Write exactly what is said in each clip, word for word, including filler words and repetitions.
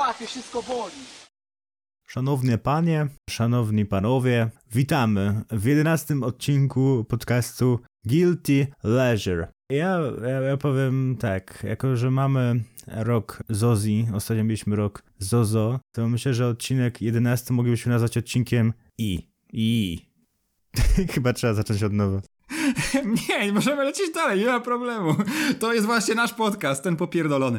łapie, wszystko boli. Szanowne panie, szanowni panowie, witamy w jedenastym odcinku podcastu Guilty Leisure. Ja, ja, ja powiem tak, jako że mamy rok Zozi, ostatnio mieliśmy rok Zozo, to myślę, że odcinek jedenasty moglibyśmy nazwać odcinkiem I. I. Chyba trzeba zacząć od nowa. Nie, możemy lecieć dalej, nie ma problemu. To jest właśnie nasz podcast, ten popierdolony.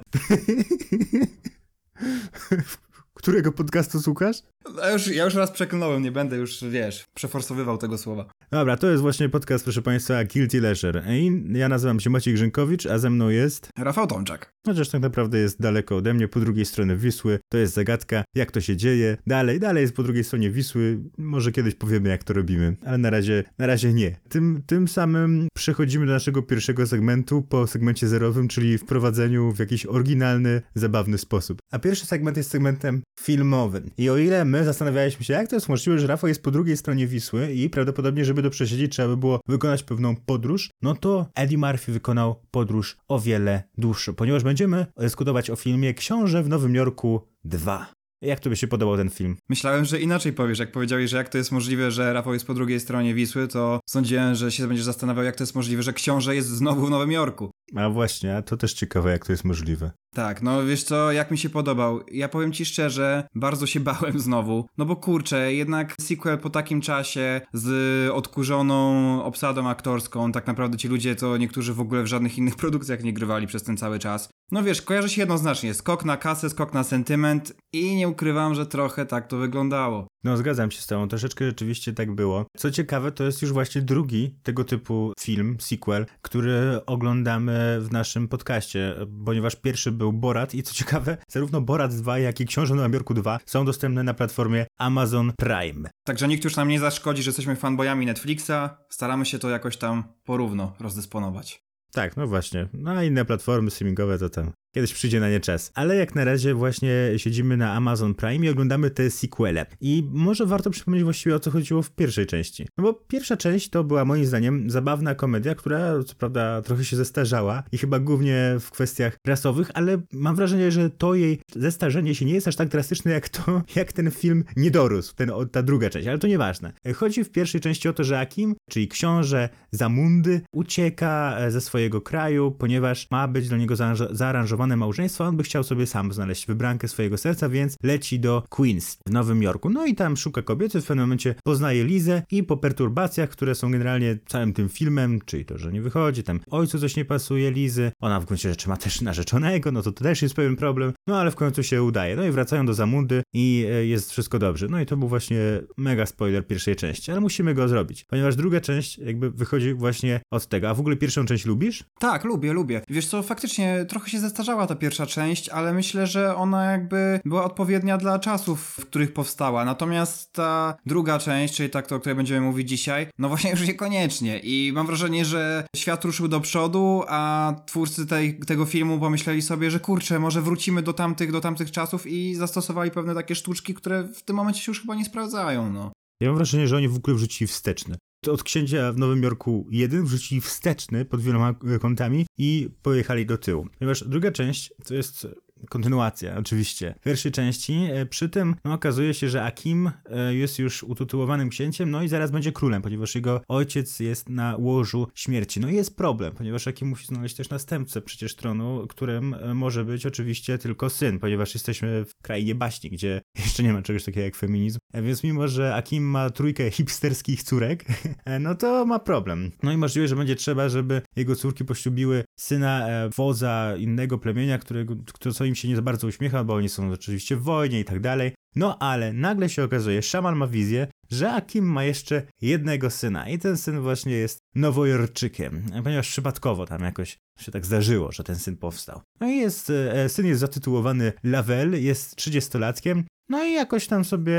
Którego podcastu słuchasz? Ja już, ja już raz przeklnąłem, nie będę już, wiesz, przeforsowywał tego słowa. Dobra, to jest właśnie podcast, proszę państwa, Guilty Leisure. I ja nazywam się Maciej Grzękowicz, a ze mną jest... Rafał Tomczak. Chociaż tak naprawdę jest daleko ode mnie, po drugiej stronie Wisły. To jest zagadka, jak to się dzieje. Dalej, dalej jest po drugiej stronie Wisły. Może kiedyś powiemy, jak to robimy. Ale na razie, na razie nie. Tym, tym samym przechodzimy do naszego pierwszego segmentu po segmencie zerowym, czyli wprowadzeniu w jakiś oryginalny, zabawny sposób. A pierwszy segment jest segmentem filmowym. I o ile my zastanawialiśmy się, jak to jest możliwe, że Rafał jest po drugiej stronie Wisły i prawdopodobnie, żeby to przesiedzieć, trzeba by było wykonać pewną podróż, no to Eddie Murphy wykonał podróż o wiele dłuższą, ponieważ będziemy dyskutować o filmie Książę w Nowym Jorku dwa. Jak tobie się podobał ten film? Myślałem, że inaczej powiesz, jak powiedziałeś, że jak to jest możliwe, że Rafał jest po drugiej stronie Wisły, to sądziłem, że się będziesz zastanawiał, jak to jest możliwe, że Książę jest znowu w Nowym Jorku. A właśnie, a to też ciekawe, jak to jest możliwe. Tak, no wiesz co, jak mi się podobał? Ja powiem ci szczerze, bardzo się bałem znowu, no bo kurczę, jednak sequel po takim czasie z odkurzoną obsadą aktorską, tak naprawdę ci ludzie to niektórzy w ogóle w żadnych innych produkcjach nie grywali przez ten cały czas. No wiesz, kojarzy się jednoznacznie, skok na kasę, skok na sentyment i nie ukrywam, że trochę tak to wyglądało. No zgadzam się z tobą, troszeczkę rzeczywiście tak było. Co ciekawe, to jest już właśnie drugi tego typu film, sequel, który oglądamy w naszym podcaście, ponieważ pierwszy był Borat i co ciekawe, zarówno Borat dwa, jak i Książę w Nowym Jorku dwa są dostępne na platformie Amazon Prime. Także nikt już nam nie zaszkodzi, że jesteśmy fanboyami Netflixa, staramy się to jakoś tam porówno rozdysponować. Tak, no właśnie. No a inne platformy streamingowe to tam kiedyś przyjdzie na nie czas. Ale jak na razie właśnie siedzimy na Amazon Prime i oglądamy te sequele. I może warto przypomnieć właściwie, o co chodziło w pierwszej części. No bo pierwsza część to była moim zdaniem zabawna komedia, która co prawda trochę się zestarzała i chyba głównie w kwestiach rasowych, ale mam wrażenie, że to jej zestarzenie się nie jest aż tak drastyczne jak to, jak ten film nie dorósł, ten, ta druga część, ale to nieważne. Chodzi w pierwszej części o to, że Akim, czyli książę Zamundy, ucieka ze swojego kraju, ponieważ ma być do niego zaaranżowane małżeństwo, on by chciał sobie sam znaleźć wybrankę swojego serca, więc leci do Queens w Nowym Jorku. No i tam szuka kobiety, w pewnym momencie poznaje Lizę i po perturbacjach, które są generalnie całym tym filmem, czyli to, że nie wychodzi, tam ojcu coś nie pasuje Lizy, ona w gruncie rzeczy ma też narzeczonego, no to to też jest pewien problem, no ale w końcu się udaje. No i wracają do Zamundy i jest wszystko dobrze. No i to był właśnie mega spoiler pierwszej części, ale musimy go zrobić, ponieważ druga część jakby wychodzi właśnie od tego. A w ogóle pierwszą część lubisz? Tak, lubię, lubię. Wiesz co, faktycznie trochę się zestarzała ta pierwsza część, ale myślę, że ona jakby była odpowiednia dla czasów, w których powstała. Natomiast ta druga część, czyli ta, o której będziemy mówić dzisiaj, no właśnie już niekoniecznie. I mam wrażenie, że świat ruszył do przodu, a twórcy tej, tego filmu pomyśleli sobie, że kurczę, może wrócimy do tamtych, do tamtych czasów i zastosowali pewne takie sztuczki, które w tym momencie się już chyba nie sprawdzają, no. Ja mam wrażenie, że oni w ogóle wrzucili wsteczny. Od Księcia w Nowym Jorku jeden wrzucili wsteczny pod wieloma kątami i pojechali do tyłu. Ponieważ druga część to jest kontynuacja oczywiście pierwszej części, przy tym no, okazuje się, że Akim jest już utytułowanym księciem, no i zaraz będzie królem, ponieważ jego ojciec jest na łożu śmierci. No i jest problem, ponieważ Akim musi znaleźć też następcę przecież tronu, którym może być oczywiście tylko syn, ponieważ jesteśmy w krainie baśni, gdzie jeszcze nie ma czegoś takiego jak feminizm, więc mimo, że Akim ma trójkę hipsterskich córek, no to ma problem. No i możliwe, że będzie trzeba, żeby jego córki poślubiły syna wodza innego plemienia, którego, kto co im się nie za bardzo uśmiecha, bo oni są oczywiście w wojnie i tak dalej. No ale nagle się okazuje, szaman ma wizję, że Akim ma jeszcze jednego syna i ten syn właśnie jest Nowojorczykiem, ponieważ przypadkowo tam jakoś się tak zdarzyło, że ten syn powstał. No i jest, e, syn jest zatytułowany Lavelle, jest trzydziestolatkiem, no i jakoś tam sobie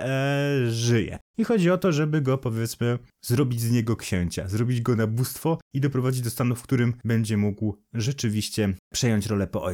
e, żyje. I chodzi o to, żeby go, powiedzmy, zrobić z niego księcia, zrobić go na bóstwo i doprowadzić do stanu, w którym będzie mógł rzeczywiście przejąć rolę po ojcu.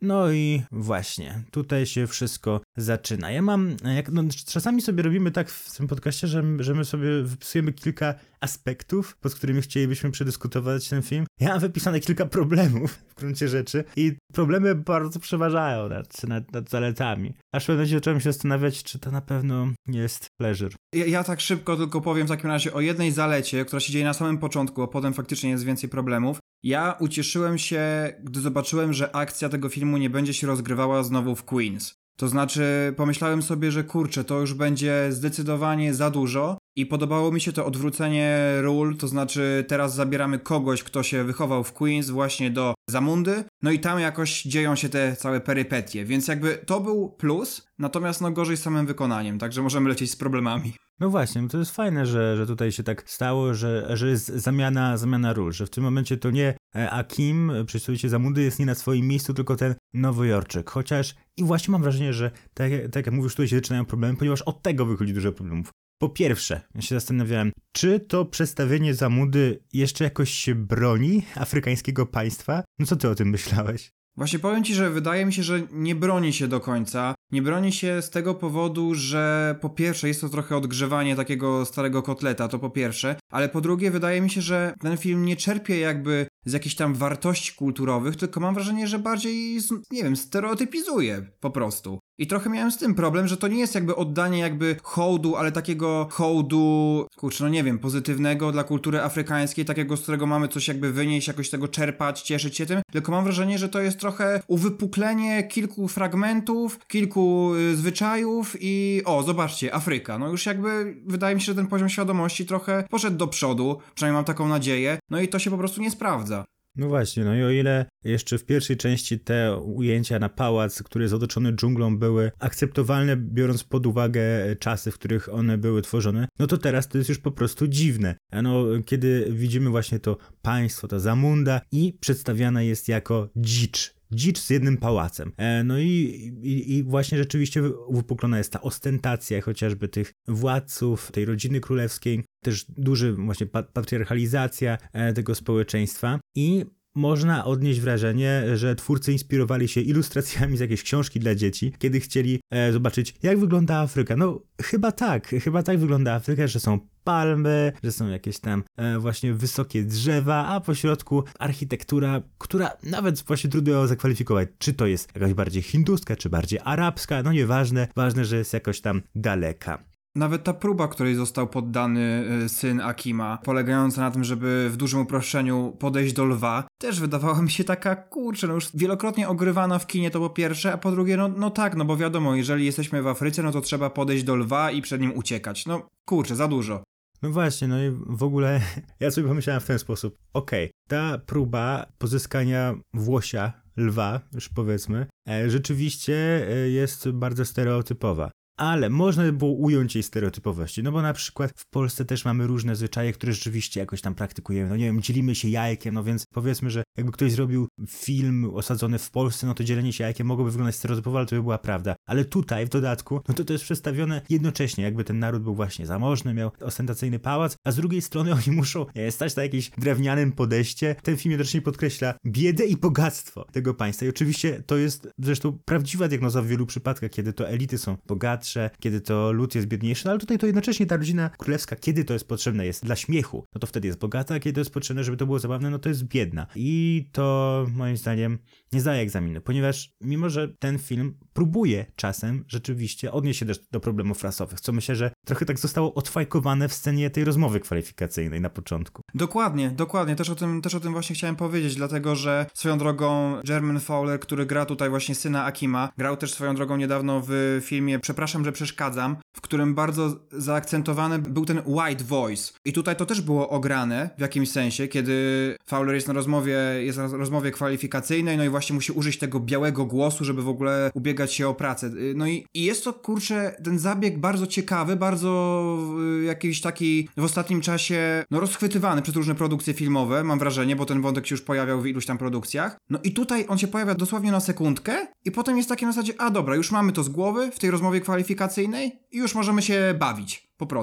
No i właśnie, tutaj się wszystko zaczyna. Ja mam, jak, no, czasami sobie robimy tak w tym podcaście, że, że my sobie wypisujemy kilka aspektów, pod którymi chcielibyśmy przedyskutować ten film. Ja mam wypisane kilka problemów w gruncie rzeczy i problemy bardzo przeważają nad, nad, nad zaletami. Aż w pewnym momencie zacząłem się zastanawiać, czy to na pewno jest pleasure. Ja, ja tak szybko tylko powiem w takim razie o jednej zalecie, która się dzieje na samym początku, a potem faktycznie jest więcej problemów. Ja ucieszyłem się, gdy zobaczyłem, że akcja tego filmu nie będzie się rozgrywała znowu w Queens. To znaczy, pomyślałem sobie, że kurczę, to już będzie zdecydowanie za dużo i podobało mi się to odwrócenie ról, to znaczy teraz zabieramy kogoś, kto się wychował w Queens właśnie do Zamundy, no i tam jakoś dzieją się te całe perypetie, więc jakby to był plus, natomiast no gorzej z samym wykonaniem, także możemy lecieć z problemami. No właśnie, to jest fajne, że, że tutaj się tak stało, że, że jest zamiana, zamiana ról, że w tym momencie to nie Akim, przedstawiciel Zamundy, jest nie na swoim miejscu, tylko ten Nowojorczyk, chociaż i właśnie mam wrażenie, że tak, tak jak mówisz, tutaj się zaczynają problemy, ponieważ od tego wychodzi dużo problemów. Po pierwsze, ja się zastanawiałem, czy to przedstawienie Zamundy jeszcze jakoś się broni afrykańskiego państwa? No co ty o tym myślałeś? Właśnie powiem ci, że wydaje mi się, że nie broni się do końca. Nie broni się z tego powodu, że po pierwsze jest to trochę odgrzewanie takiego starego kotleta, to po pierwsze, ale po drugie wydaje mi się, że ten film nie czerpie jakby z jakichś tam wartości kulturowych, tylko mam wrażenie, że bardziej, nie wiem, stereotypizuje po prostu. I trochę miałem z tym problem, że to nie jest jakby oddanie jakby hołdu, ale takiego hołdu, kurczę, no nie wiem, pozytywnego dla kultury afrykańskiej, takiego, z którego mamy coś jakby wynieść, jakoś tego czerpać, cieszyć się tym, tylko mam wrażenie, że to jest trochę uwypuklenie kilku fragmentów, kilku y, zwyczajów i o, zobaczcie, Afryka. No już jakby wydaje mi się, że ten poziom świadomości trochę poszedł do przodu, przynajmniej mam taką nadzieję, no i to się po prostu nie sprawdza. No właśnie, no i o ile jeszcze w pierwszej części te ujęcia na pałac, który jest otoczony dżunglą, były akceptowalne, biorąc pod uwagę czasy, w których one były tworzone, no to teraz to jest już po prostu dziwne. No, kiedy widzimy właśnie to państwo, ta Zamunda i przedstawiana jest jako dzicz. Dzicz z jednym pałacem. E, no i, i, i właśnie rzeczywiście uwypuklona jest ta ostentacja chociażby tych władców, tej rodziny królewskiej, też duży właśnie patriarchalizacja e, tego społeczeństwa i można odnieść wrażenie, że twórcy inspirowali się ilustracjami z jakiejś książki dla dzieci, kiedy chcieli e, zobaczyć, jak wygląda Afryka. No, chyba tak, chyba tak wygląda Afryka, że są palmy, że są jakieś tam e, właśnie wysokie drzewa, a po środku architektura, która nawet właśnie trudno ją zakwalifikować, czy to jest jakaś bardziej hinduska, czy bardziej arabska, no nieważne, ważne, że jest jakoś tam daleka. Nawet ta próba, której został poddany y, syn Akima, polegająca na tym, żeby w dużym uproszczeniu podejść do lwa, też wydawała mi się taka, kurczę, no już wielokrotnie ogrywana w kinie, to po pierwsze, a po drugie, no, no tak, no bo wiadomo, jeżeli jesteśmy w Afryce, no to trzeba podejść do lwa i przed nim uciekać. No kurczę, za dużo. No właśnie, no i w ogóle ja sobie pomyślałem w ten sposób, okej, okay, ta próba pozyskania włosia, lwa, już powiedzmy, e, rzeczywiście e, jest bardzo stereotypowa. Ale można by było ująć jej stereotypowości, no bo na przykład w Polsce też mamy różne zwyczaje, które rzeczywiście jakoś tam praktykujemy, no nie wiem, dzielimy się jajkiem, no więc powiedzmy, że jakby ktoś zrobił film osadzony w Polsce, no to dzielenie się jajkiem mogłoby wyglądać stereotypowo, ale to by była prawda. Ale tutaj w dodatku, no to to jest przedstawione jednocześnie, jakby ten naród był właśnie zamożny, miał ostentacyjny pałac, a z drugiej strony oni muszą nie, stać na jakimś drewnianym podejście. Ten film jednocześnie podkreśla biedę i bogactwo tego państwa i oczywiście to jest zresztą prawdziwa diagnoza w wielu przypadkach, kiedy to elity są bogatsze, kiedy to lud jest biedniejszy, no ale tutaj to jednocześnie ta rodzina królewska, kiedy to jest potrzebne, jest dla śmiechu, no to wtedy jest bogata, a kiedy to jest potrzebne, żeby to było zabawne, no to jest biedna. I to moim zdaniem nie zdaje egzaminu, ponieważ mimo, że ten film próbuje czasem rzeczywiście odnieść się też do problemów rasowych, co myślę, że trochę tak zostało odfajkowane w scenie tej rozmowy kwalifikacyjnej na początku. Dokładnie, dokładnie, też o tym, też o tym właśnie chciałem powiedzieć, dlatego, że swoją drogą Jermaine Fowler, który gra tutaj właśnie syna Akima, grał też swoją drogą niedawno w filmie Przepraszam, że przeszkadzam, w którym bardzo zaakcentowany był ten white voice. I tutaj to też było ograne w jakimś sensie, kiedy Fowler jest na rozmowie, jest na rozmowie kwalifikacyjnej, no i właśnie musi użyć tego białego głosu, żeby w ogóle ubiegać się o pracę. No i, i jest to, kurczę, ten zabieg bardzo ciekawy, bardzo y, jakiś taki w ostatnim czasie no rozchwytywany przez różne produkcje filmowe, mam wrażenie, bo ten wątek się już pojawiał w iluś tam produkcjach. No i tutaj on się pojawia dosłownie na sekundkę i potem jest takie na zasadzie, a dobra, już mamy to z głowy w tej rozmowie kwalifikacyjnej i już możemy się bawić. Po prostu.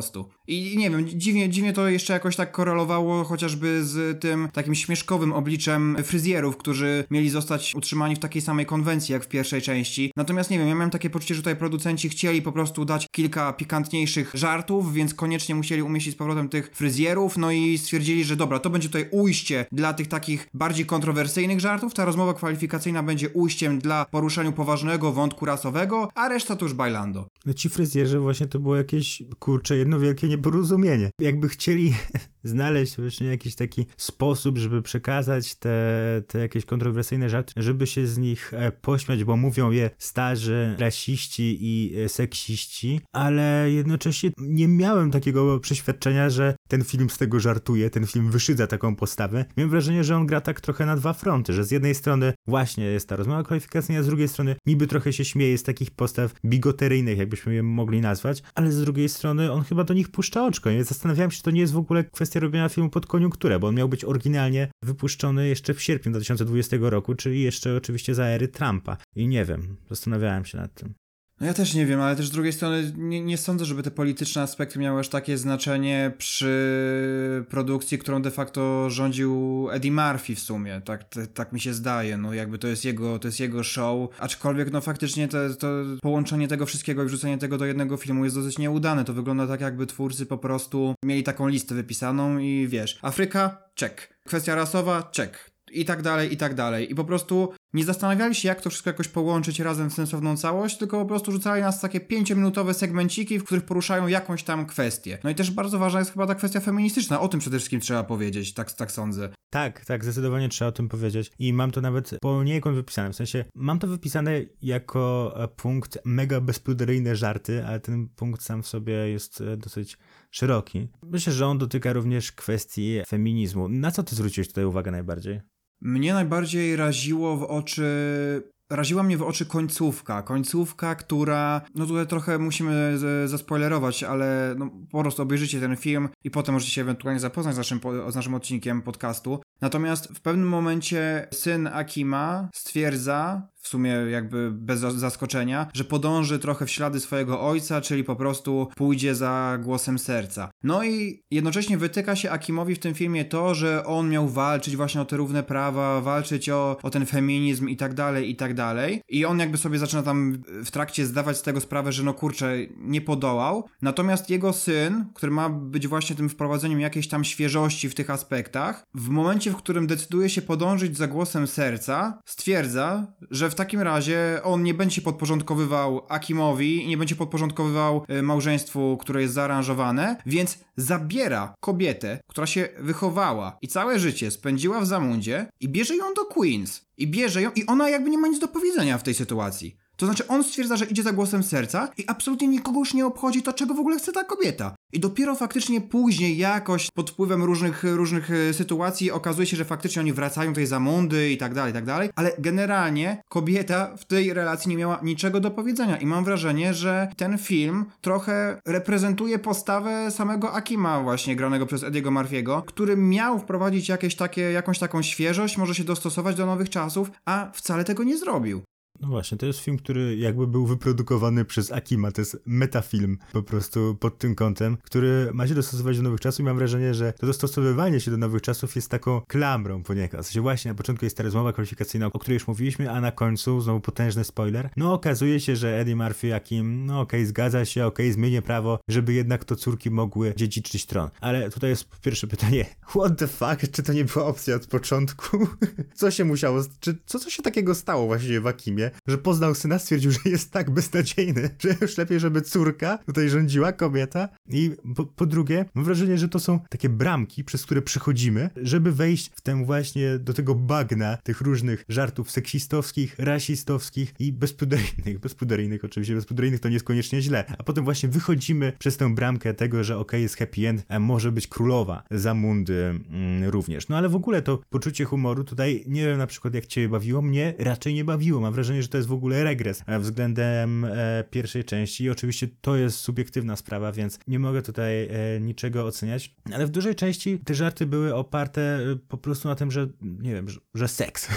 I nie wiem, dziwnie, dziwnie to jeszcze jakoś tak korelowało chociażby z tym takim śmieszkowym obliczem fryzjerów, którzy mieli zostać utrzymani w takiej samej konwencji jak w pierwszej części. Natomiast nie wiem, ja miałem takie poczucie, że tutaj producenci chcieli po prostu dać kilka pikantniejszych żartów, więc koniecznie musieli umieścić z powrotem tych fryzjerów, no i stwierdzili, że dobra, to będzie tutaj ujście dla tych takich bardziej kontrowersyjnych żartów, ta rozmowa kwalifikacyjna będzie ujściem dla poruszenia poważnego wątku rasowego, a reszta to już bailando. No ci fryzjerzy właśnie to było jakieś, kurczę, jedno wielkie nieporozumienie. Jakby chcieli znaleźć właśnie jakiś taki sposób, żeby przekazać te, te jakieś kontrowersyjne żarty, żeby się z nich pośmiać, bo mówią je starzy rasiści i seksiści, ale jednocześnie nie miałem takiego przeświadczenia, że ten film z tego żartuje, ten film wyszydza taką postawę. Miałem wrażenie, że on gra tak trochę na dwa fronty, że z jednej strony właśnie jest ta rozmowa kwalifikacyjna, a z drugiej strony niby trochę się śmieje z takich postaw bigoteryjnych, jakbyśmy je mogli nazwać, ale z drugiej strony on chyba do nich puszcza oczko. Ja zastanawiałem się, czy to nie jest w ogóle kwestia robienia filmu pod koniunkturę, bo on miał być oryginalnie wypuszczony jeszcze w sierpniu dwa tysiące dwudziestego roku, czyli jeszcze oczywiście za ery Trumpa. I nie wiem, zastanawiałem się nad tym. No ja też nie wiem, ale też z drugiej strony nie, nie sądzę, żeby te polityczne aspekty miały aż takie znaczenie przy produkcji, którą de facto rządził Eddie Murphy w sumie, tak, te, tak mi się zdaje, no jakby to jest jego, to jest jego show, aczkolwiek no faktycznie to, to połączenie tego wszystkiego i wrzucenie tego do jednego filmu jest dosyć nieudane, to wygląda tak, jakby twórcy po prostu mieli taką listę wypisaną i wiesz, Afryka, check, kwestia rasowa, check, i tak dalej, i tak dalej. I po prostu nie zastanawiali się, jak to wszystko jakoś połączyć razem w sensowną całość, tylko po prostu rzucali nas takie pięciominutowe segmenciki, w których poruszają jakąś tam kwestię. No i też bardzo ważna jest chyba ta kwestia feministyczna. O tym przede wszystkim trzeba powiedzieć, tak, tak sądzę. Tak, tak, zdecydowanie trzeba o tym powiedzieć. I mam to nawet poniekąd wypisane. W sensie, mam to wypisane jako punkt mega bezpruderyjne żarty, ale ten punkt sam w sobie jest dosyć szeroki. Myślę, że on dotyka również kwestii feminizmu. Na co ty zwróciłeś tutaj uwagę najbardziej? Mnie najbardziej raziło w oczy... Raziła mnie w oczy końcówka. Końcówka, która... No tutaj trochę musimy z- zaspoilerować, ale no, po prostu obejrzyjcie ten film i potem możecie się ewentualnie zapoznać z naszym, po- z naszym odcinkiem podcastu. Natomiast w pewnym momencie syn Akima stwierdza, w sumie jakby bez zaskoczenia, że podąży trochę w ślady swojego ojca, czyli po prostu pójdzie za głosem serca. No i jednocześnie wytyka się Akimowi w tym filmie to, że on miał walczyć właśnie o te równe prawa, walczyć o, o ten feminizm i tak dalej, i tak dalej. I on jakby sobie zaczyna tam w trakcie zdawać z tego sprawę, że no kurczę, nie podołał. Natomiast jego syn, który ma być właśnie tym wprowadzeniem jakiejś tam świeżości w tych aspektach, w momencie, w którym decyduje się podążyć za głosem serca, stwierdza, że w takim razie on nie będzie się podporządkowywał Akimowi i nie będzie podporządkowywał y, małżeństwu, które jest zaaranżowane, więc zabiera kobietę, która się wychowała i całe życie spędziła w Zamundzie i bierze ją do Queens. I bierze ją i ona jakby nie ma nic do powiedzenia w tej sytuacji. To znaczy on stwierdza, że idzie za głosem serca i absolutnie nikogo już nie obchodzi to, czego w ogóle chce ta kobieta. I dopiero faktycznie później jakoś pod wpływem różnych, różnych sytuacji okazuje się, że faktycznie oni wracają tutaj za mundy i tak dalej, i tak dalej, ale generalnie kobieta w tej relacji nie miała niczego do powiedzenia i mam wrażenie, że ten film trochę reprezentuje postawę samego Akima właśnie, granego przez Ediego Murphy'ego, który miał wprowadzić jakieś takie, jakąś taką świeżość, może się dostosować do nowych czasów, a wcale tego nie zrobił. No właśnie, to jest film, który jakby był wyprodukowany przez Akima, to jest metafilm po prostu pod tym kątem, który ma się dostosować do nowych czasów i mam wrażenie, że to dostosowywanie się do nowych czasów jest taką klamrą poniekąd. W sensie właśnie na początku jest ta rozmowa kwalifikacyjna, o której już mówiliśmy, a na końcu, znowu potężny spoiler, no okazuje się, że Eddie Murphy, Akim, no okej, okay, zgadza się, okej, okay, zmienię prawo, żeby jednak to córki mogły dziedziczyć tron. Ale tutaj jest pierwsze pytanie, what the fuck, czy to nie była opcja od początku? Co się musiało, czy co, co się takiego stało właściwie w Akimie, że poznał syna, stwierdził, że jest tak beznadziejny, że już lepiej, żeby córka tutaj rządziła, kobieta. I po, po drugie, mam wrażenie, że to są takie bramki, przez które przechodzimy, żeby wejść w ten właśnie do tego bagna tych różnych żartów seksistowskich, rasistowskich i bezpruderyjnych. Bezpruderyjnych oczywiście, bezpruderyjnych to nie jest koniecznie źle. A potem właśnie wychodzimy przez tę bramkę tego, że okej, okay, jest happy end, a może być królowa Zamundy mm, również. No ale w ogóle to poczucie humoru tutaj, nie wiem na przykład jak cię bawiło, mnie raczej nie bawiło. Mam wrażenie, że to jest w ogóle regres względem e, pierwszej części i oczywiście to jest subiektywna sprawa, więc nie mogę tutaj e, niczego oceniać, ale w dużej części te żarty były oparte e, po prostu na tym, że nie wiem, że, że seks.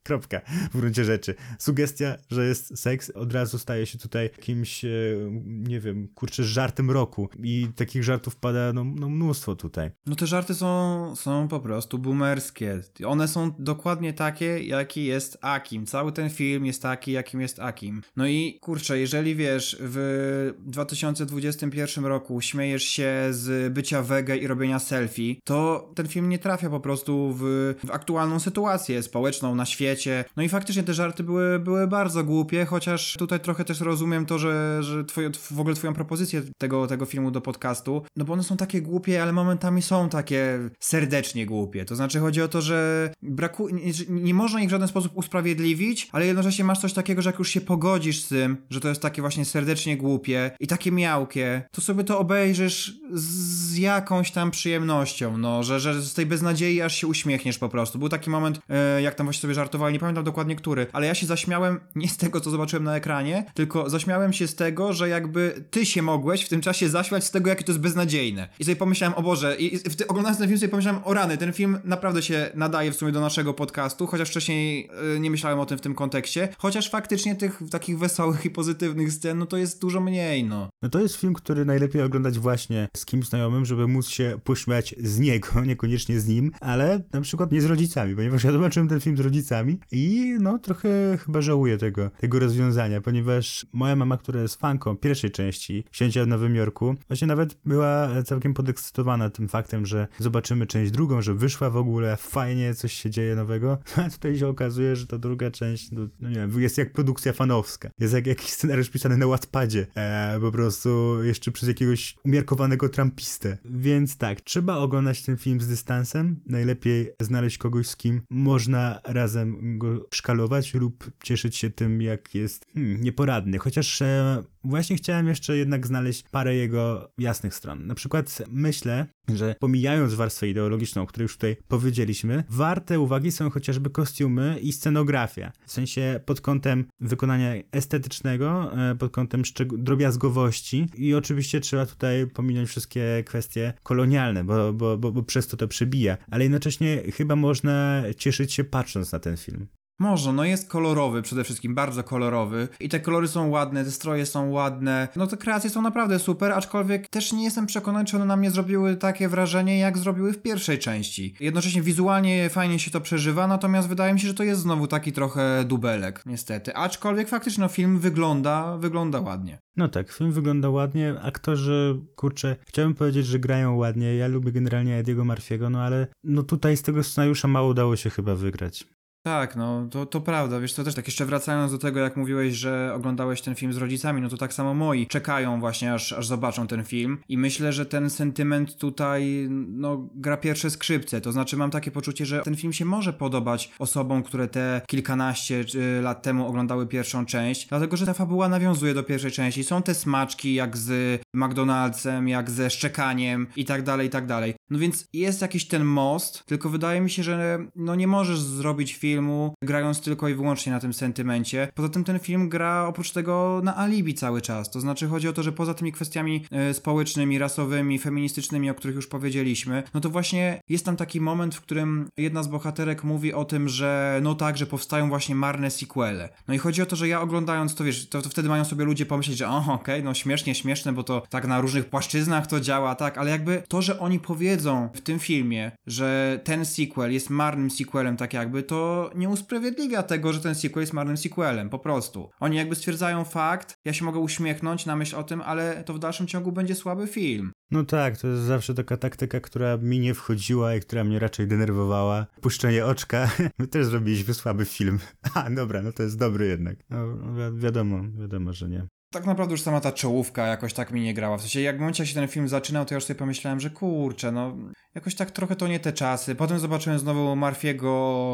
Kropka, w gruncie rzeczy. Sugestia, że jest seks, od razu staje się tutaj jakimś, e, nie wiem, kurczę, żartem roku. I takich żartów pada no, no mnóstwo tutaj. No te żarty są, są po prostu boomerskie. One są dokładnie takie, jaki jest Akim. Cały ten film jest taki, jakim jest Akim. No i kurczę, jeżeli wiesz, w dwa tysiące dwudziestym pierwszym roku śmiejesz się z bycia wege i robienia selfie, to ten film nie trafia po prostu w, w aktualną sytuację społeczną na świecie. No i faktycznie te żarty były, były bardzo głupie, chociaż tutaj trochę też rozumiem to, że, że twoje, w ogóle twoją propozycję tego, tego filmu do podcastu, no bo one są takie głupie, ale momentami są takie serdecznie głupie. To znaczy chodzi o to, że braku, nie, nie można ich w żaden sposób usprawiedliwić, ale jednocześnie masz coś takiego, że jak już się pogodzisz z tym, że to jest takie właśnie serdecznie głupie i takie miałkie, to sobie to obejrzysz z jakąś tam przyjemnością, no, że, że z tej beznadziei aż się uśmiechniesz po prostu. Był taki moment, e, jak tam właśnie sobie żartowali, nie pamiętam dokładnie który, ale ja się zaśmiałem nie z tego, co zobaczyłem na ekranie, tylko zaśmiałem się z tego, że jakby ty się mogłeś w tym czasie zaśmiać z tego, jakie to jest beznadziejne. I sobie pomyślałem, o Boże, i w ty, oglądając ten film sobie pomyślałem, o rany, ten film naprawdę się nadaje w sumie do naszego podcastu, chociaż wcześniej e, nie myślałem o tym w tym kontekście, chociaż faktycznie tych takich wesołych i pozytywnych scen, no to jest dużo mniej, no. No to jest film, który najlepiej oglądać właśnie z kimś znajomym, żeby móc się pośmiać z niego, niekoniecznie z nim, ale na przykład nie z rodzicami, ponieważ ja zobaczyłem ten film z rodzicami i no trochę chyba żałuję tego, tego rozwiązania, ponieważ moja mama, która jest fanką pierwszej części Księcia w Nowym Jorku, właśnie nawet była całkiem podekscytowana tym faktem, że zobaczymy część drugą, że wyszła w ogóle, fajnie, coś się dzieje nowego, a tutaj się okazuje, że ta druga część, no, no nie wiem, jest jak produkcja fanowska, jest jak jakiś scenariusz pisany na Wattpadzie, e, po prostu jeszcze przez jakiegoś umiarkowanego trumpistę. Więc tak, trzeba oglądać ten film z dystansem, najlepiej znaleźć kogoś, z kim można razem go szkalować lub cieszyć się tym, jak jest hmm, nieporadny. Chociaż e, właśnie chciałem jeszcze jednak znaleźć parę jego jasnych stron. Na przykład myślę, że pomijając warstwę ideologiczną, o której już tutaj powiedzieliśmy, warte uwagi są chociażby kostiumy i scenografia. W sensie pod kątem wykonania estetycznego, e, pod kątem szczeg- drobiazgowości i oczywiście trzeba tutaj pominąć wszystkie kwestie kolonialne, bo, bo, bo, bo przez to to przebija, ale jednocześnie chyba można cieszyć się patrząc na ten film. Może, no jest kolorowy przede wszystkim, bardzo kolorowy i te kolory są ładne, te stroje są ładne, no te kreacje są naprawdę super, aczkolwiek też nie jestem przekonany, czy one na mnie zrobiły takie wrażenie, jak zrobiły w pierwszej części. Jednocześnie wizualnie fajnie się to przeżywa, natomiast wydaje mi się, że to jest znowu taki trochę dubelek, niestety, aczkolwiek faktycznie no, film wygląda, wygląda ładnie. No tak, film wygląda ładnie, aktorzy, kurczę, chciałbym powiedzieć, że grają ładnie, ja lubię generalnie Ediego Murphy'ego, no ale no tutaj z tego scenariusza mało udało się chyba wygrać. Tak, no to, to prawda, wiesz co, też tak jeszcze wracając do tego, jak mówiłeś, że oglądałeś ten film z rodzicami, no to tak samo moi czekają właśnie, aż, aż zobaczą ten film i myślę, że ten sentyment tutaj, no, gra pierwsze skrzypce, to znaczy mam takie poczucie, że ten film się może podobać osobom, które te kilkanaście lat temu oglądały pierwszą część, dlatego, że ta fabuła nawiązuje do pierwszej części, są te smaczki jak z McDonald'sem, jak ze szczekaniem i tak dalej, i tak dalej. No więc jest jakiś ten most, tylko wydaje mi się, że no nie możesz zrobić filmu grając tylko i wyłącznie na tym sentymencie. Poza tym ten film gra oprócz tego na alibi cały czas. To znaczy chodzi o to, że poza tymi kwestiami y, społecznymi, rasowymi, feministycznymi, o których już powiedzieliśmy, no to właśnie jest tam taki moment, w którym jedna z bohaterek mówi o tym, że no tak, że powstają właśnie marne sequele. No i chodzi o to, że ja oglądając to, wiesz, to, to wtedy mają sobie ludzie pomyśleć, że oho, okej, okay, no śmiesznie, śmieszne, bo to tak na różnych płaszczyznach to działa, tak, ale jakby to, że oni powiedzą w tym filmie, że ten sequel jest marnym sequelem, tak jakby, to nie usprawiedliwia tego, że ten sequel jest marnym sequelem, po prostu. Oni jakby stwierdzają fakt, ja się mogę uśmiechnąć na myśl o tym, ale to w dalszym ciągu będzie słaby film. No tak, to jest zawsze taka taktyka, która mi nie wchodziła i która mnie raczej denerwowała. Puszczenie oczka. My też zrobiliśmy słaby film. A, dobra, no to jest dobry jednak. No wi- wiadomo, wiadomo, że nie. Tak naprawdę już sama ta czołówka jakoś tak mi nie grała. W sensie jak w momencie jak się ten film zaczynał, to ja już sobie pomyślałem, że kurczę, no jakoś tak trochę to nie te czasy. Potem zobaczyłem znowu Murphy'ego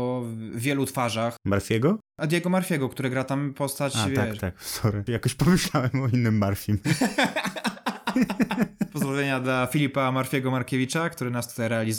w wielu twarzach. Murphy'ego? Ediego Murphy'ego, który gra tam postać, A, wiesz... tak, tak, sorry. Jakoś pomyślałem o innym Murphym. Pozdrowienia dla Filipa Murphy'ego Markiewicza, który nas tutaj realizuje.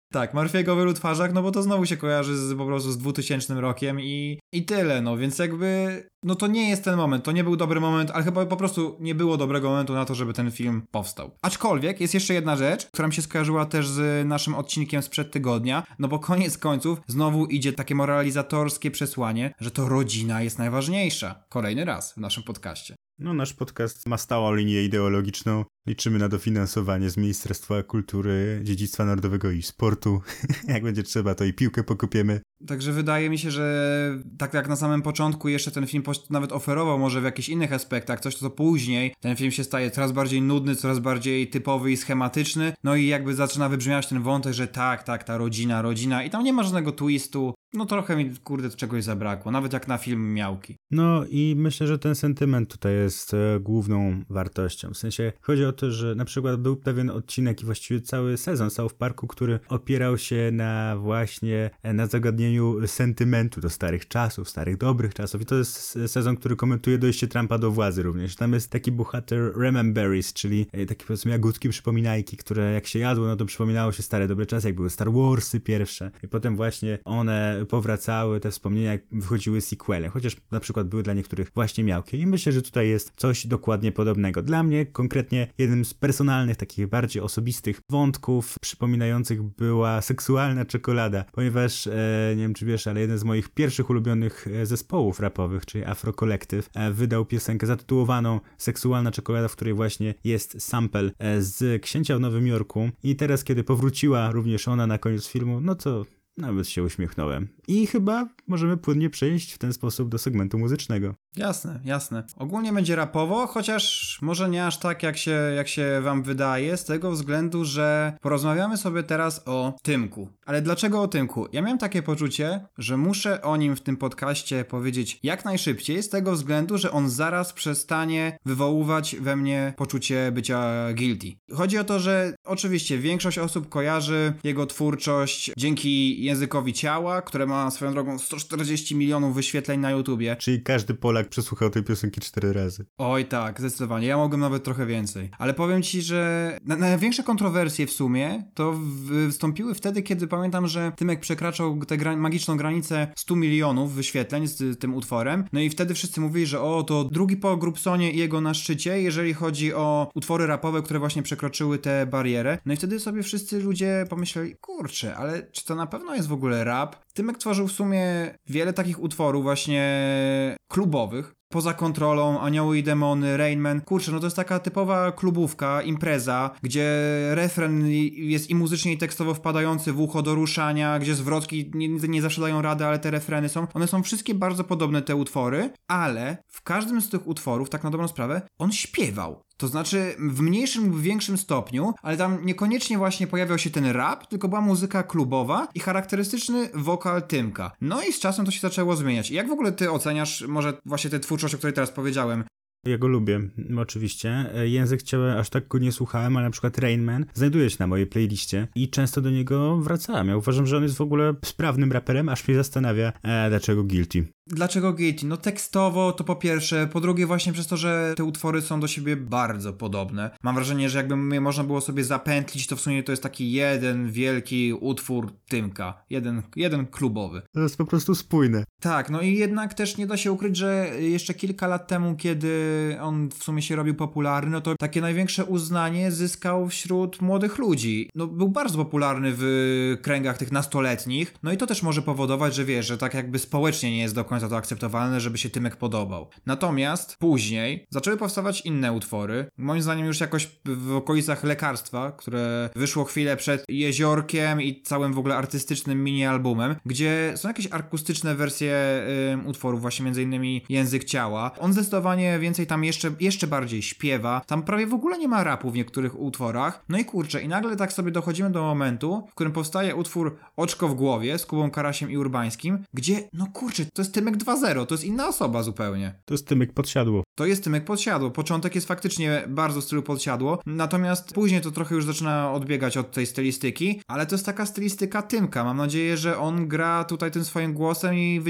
Tak, Murphy'ego w Wielu twarzach, no bo to znowu się kojarzy z, po prostu z dwutysięcznym rokiem i, i tyle, no więc jakby, no to nie jest ten moment, to nie był dobry moment, ale chyba po prostu nie było dobrego momentu na to, żeby ten film powstał. Aczkolwiek jest jeszcze jedna rzecz, która mi się skojarzyła też z naszym odcinkiem sprzed tygodnia, no bo koniec końców znowu idzie takie moralizatorskie przesłanie, że to rodzina jest najważniejsza. Kolejny raz w naszym podcaście. No, nasz podcast ma stałą linię ideologiczną. Liczymy na dofinansowanie z Ministerstwa Kultury, Dziedzictwa Narodowego i Sportu. Jak będzie trzeba, to i piłkę pokupiemy. Także wydaje mi się, że tak jak na samym początku jeszcze ten film nawet oferował może w jakichś innych aspektach coś, to później ten film się staje coraz bardziej nudny, coraz bardziej typowy i schematyczny. No i jakby zaczyna wybrzmiać ten wątek, że tak, tak, ta rodzina, rodzina i tam nie ma żadnego twistu. No trochę mi, kurde, czegoś zabrakło, nawet jak na film Miałki. No i myślę, że ten sentyment tutaj jest e, główną wartością. W sensie chodzi o to, że na przykład był pewien odcinek i właściwie cały sezon South Parku, który opierał się na właśnie e, na zagadnieniu sentymentu do starych czasów, starych dobrych czasów i to jest sezon, który komentuje dojście Trumpa do władzy również. Tam jest taki bohater Rememberies, czyli e, takie powiedzmy jagódki przypominajki, które jak się jadło, no to przypominało się stare dobre czasy, jak były Star Warsy pierwsze i potem właśnie one powracały, te wspomnienia, jak wychodziły sequele, chociaż na przykład były dla niektórych właśnie Miałki i myślę, że tutaj jest coś dokładnie podobnego. Dla mnie konkretnie jednym z personalnych, takich bardziej osobistych wątków przypominających była seksualna czekolada, ponieważ e, nie wiem czy wiesz, ale jeden z moich pierwszych ulubionych zespołów rapowych, czyli Afro Collective, e, wydał piosenkę zatytułowaną Seksualna czekolada, w której właśnie jest sample e, z Księcia w Nowym Jorku i teraz kiedy powróciła również ona na koniec filmu, no to nawet się uśmiechnąłem. I chyba możemy płynnie przejść w ten sposób do segmentu muzycznego. Jasne, jasne. Ogólnie będzie rapowo, chociaż może nie aż tak, jak się, jak się wam wydaje, z tego względu, że porozmawiamy sobie teraz o Tymku. Ale dlaczego o Tymku? Ja miałem takie poczucie, że muszę o nim w tym podcaście powiedzieć jak najszybciej, z tego względu, że on zaraz przestanie wywoływać we mnie poczucie bycia guilty. Chodzi o to, że oczywiście większość osób kojarzy jego twórczość dzięki językowi ciała, które ma swoją drogą sto czterdzieści milionów wyświetleń na YouTubie. Czyli każdy Polak przesłuchał tej piosenki cztery razy. Oj tak, zdecydowanie. Ja mogłem nawet trochę więcej. Ale powiem ci, że na, największe kontrowersje w sumie to wystąpiły wtedy, kiedy pamiętam, że Tymek przekraczał tę gra- magiczną granicę stu milionów wyświetleń z tym utworem. No i wtedy wszyscy mówili, że o, to drugi po Grubsonie i jego Na szczycie, jeżeli chodzi o utwory rapowe, które właśnie przekroczyły tę barierę. No i wtedy sobie wszyscy ludzie pomyśleli, kurczę, ale czy to na pewno jest w ogóle rap? Tymek tworzył w sumie wiele takich utworów właśnie klubowych. Poza kontrolą, Anioły i Demony, Rain Man. Kurczę, no to jest taka typowa klubówka, impreza, gdzie refren jest i muzycznie i tekstowo wpadający w ucho do ruszania, gdzie zwrotki nie, nie zawsze dają radę, ale te refreny są. One są wszystkie bardzo podobne, te utwory, ale w każdym z tych utworów, tak na dobrą sprawę, on śpiewał. To znaczy w mniejszym lub większym stopniu, ale tam niekoniecznie właśnie pojawiał się ten rap, tylko była muzyka klubowa i charakterystyczny wokal Tymka. No i z czasem to się zaczęło zmieniać. I jak w ogóle ty oceniasz może właśnie tę twórczość, o której teraz powiedziałem? Ja go lubię, oczywiście. Język ciała aż tak go nie słuchałem, ale na przykład Rain Man znajduje się na mojej playliście i często do niego wracałem. Ja uważam, że on jest w ogóle sprawnym raperem, aż mnie zastanawia, e, dlaczego guilty. Dlaczego guilty? No tekstowo to po pierwsze, po drugie właśnie przez to, że te utwory są do siebie bardzo podobne. Mam wrażenie, że jakby je można było sobie zapętlić, to w sumie to jest taki jeden wielki utwór Tymka. Jeden, jeden klubowy. To jest po prostu spójne. Tak, no i jednak też nie da się ukryć, że jeszcze kilka lat temu, kiedy on w sumie się robił popularny, no to takie największe uznanie zyskał wśród młodych ludzi. No był bardzo popularny w kręgach tych nastoletnich, no i to też może powodować, że wiesz, że tak jakby społecznie nie jest do końca to akceptowalne, żeby się Tymek podobał. Natomiast później zaczęły powstawać inne utwory, moim zdaniem już jakoś w okolicach Lekarstwa, które wyszło chwilę przed Jeziorkiem i całym w ogóle artystycznym mini-albumem, gdzie są jakieś akustyczne wersje y, utworów, właśnie między innymi Język ciała. On zdecydowanie więcej tam jeszcze, jeszcze bardziej śpiewa, tam prawie w ogóle nie ma rapu w niektórych utworach. No i kurczę, i nagle tak sobie dochodzimy do momentu, w którym powstaje utwór Oczko w głowie z Kubą Karasiem i Urbańskim, gdzie, no kurczę, to jest Tymek dwa zero, to jest inna osoba zupełnie. To jest Tymek Podsiadło. To jest Tymek Podsiadło. Początek jest faktycznie bardzo w stylu Podsiadło, natomiast później to trochę już zaczyna odbiegać od tej stylistyki, ale to jest taka stylistyka Tymka. Mam nadzieję, że on gra tutaj tym swoim głosem i wyciąga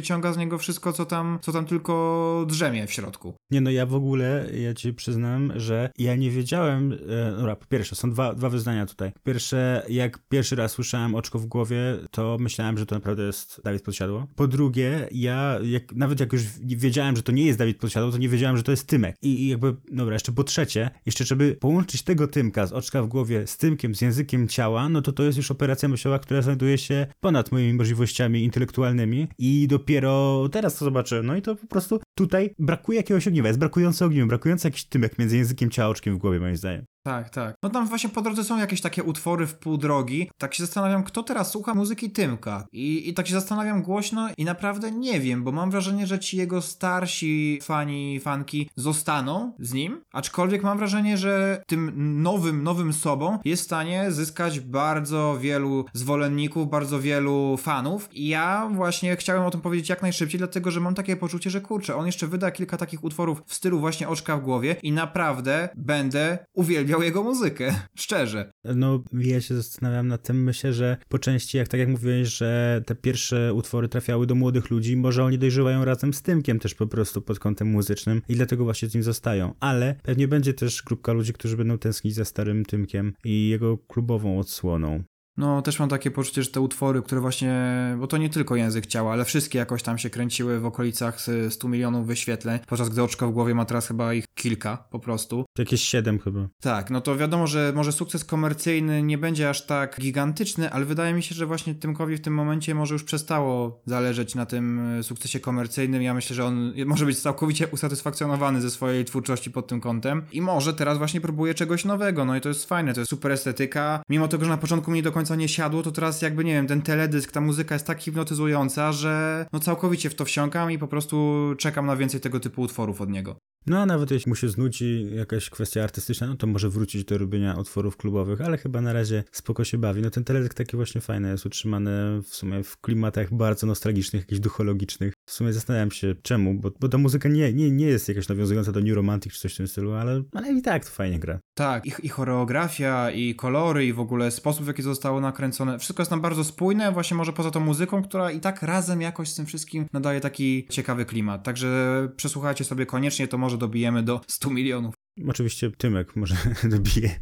wyciąga z niego wszystko, co tam, co tam tylko drzemie w środku. Nie no, ja w ogóle, ja ci przyznam, że ja nie wiedziałem, e, dobra, po pierwsze, są dwa, dwa wyznania tutaj. Po pierwsze, jak pierwszy raz słyszałem Oczko w głowie, to myślałem, że to naprawdę jest Dawid Podsiadło. Po drugie, ja, jak, nawet jak już wiedziałem, że to nie jest Dawid Podsiadło, to nie wiedziałem, że to jest Tymek. I, i jakby, dobra, jeszcze po trzecie, jeszcze żeby połączyć tego Tymka z Oczka w głowie z Tymkiem, z językiem ciała, no to to jest już operacja myślowa, która znajduje się ponad moimi możliwościami intelektualnymi i dopiero teraz to zobaczę. No i to po prostu tutaj brakuje jakiegoś ogniwa, jest brakujący ogniwa, brakujący jakiś Tymek między językiem ciała a oczkiem w głowie, moim zdaniem. Tak, tak. No tam właśnie po drodze są jakieś takie utwory w pół drogi. Tak się zastanawiam, kto teraz słucha muzyki Tymka. I, i tak się zastanawiam głośno i naprawdę nie wiem, bo mam wrażenie, że ci jego starsi fani, fanki zostaną z nim, aczkolwiek mam wrażenie, że tym nowym, nowym sobą jest w stanie zyskać bardzo wielu zwolenników, bardzo wielu fanów. I ja właśnie chciałem o tym powiedzieć jak najszybciej, dlatego, że mam takie poczucie, że kurczę, on jeszcze wyda kilka takich utworów w stylu właśnie Oczka w głowie i naprawdę będę uwielbiał jego muzykę, szczerze. No, ja się zastanawiam nad tym, myślę, że po części, jak tak jak mówiłeś, że te pierwsze utwory trafiały do młodych ludzi, może oni dojrzewają razem z Tymkiem też po prostu pod kątem muzycznym i dlatego właśnie z nim zostają. Ale pewnie będzie też grupka ludzi, którzy będą tęsknić za starym Tymkiem i jego klubową odsłoną. No, też mam takie poczucie, że te utwory, które właśnie, bo to nie tylko Język ciała, ale wszystkie jakoś tam się kręciły w okolicach stu milionów wyświetleń, podczas gdy Oczko w głowie ma teraz chyba ich kilka po prostu. Jakieś siedem chyba. Tak, no to wiadomo, że może sukces komercyjny nie będzie aż tak gigantyczny, ale wydaje mi się, że właśnie Tymkowi w tym momencie może już przestało zależeć na tym sukcesie komercyjnym. Ja myślę, że on może być całkowicie usatysfakcjonowany ze swojej twórczości pod tym kątem i może teraz właśnie próbuje czegoś nowego, no i to jest fajne, to jest super estetyka. Mimo tego, że na początku mnie do końca nie siadło, to teraz jakby, nie wiem, ten teledysk, ta muzyka jest tak hipnotyzująca, że no całkowicie w to wsiąkam i po prostu czekam na więcej tego typu utworów od niego. No a nawet jeśli mu się znudzi jakaś kwestia artystyczna, no to może wrócić do robienia utworów klubowych, ale chyba na razie spoko się bawi. No ten teledysk taki właśnie fajny jest, utrzymany w sumie w klimatach bardzo nostalgicznych, jakichś duchologicznych. W sumie zastanawiam się czemu, bo, bo ta muzyka nie, nie, nie jest jakaś nawiązująca do New Romantic czy coś w tym stylu, ale, ale i tak to fajnie gra. Tak, i, i choreografia, i kolory, i w ogóle sposób, w jaki zostało nakręcone. Wszystko jest tam bardzo spójne, właśnie może poza tą muzyką, która i tak razem jakoś z tym wszystkim nadaje taki ciekawy klimat. Także przesłuchajcie sobie koniecznie, to może dobijemy do stu milionów. Oczywiście Tymek może dobije.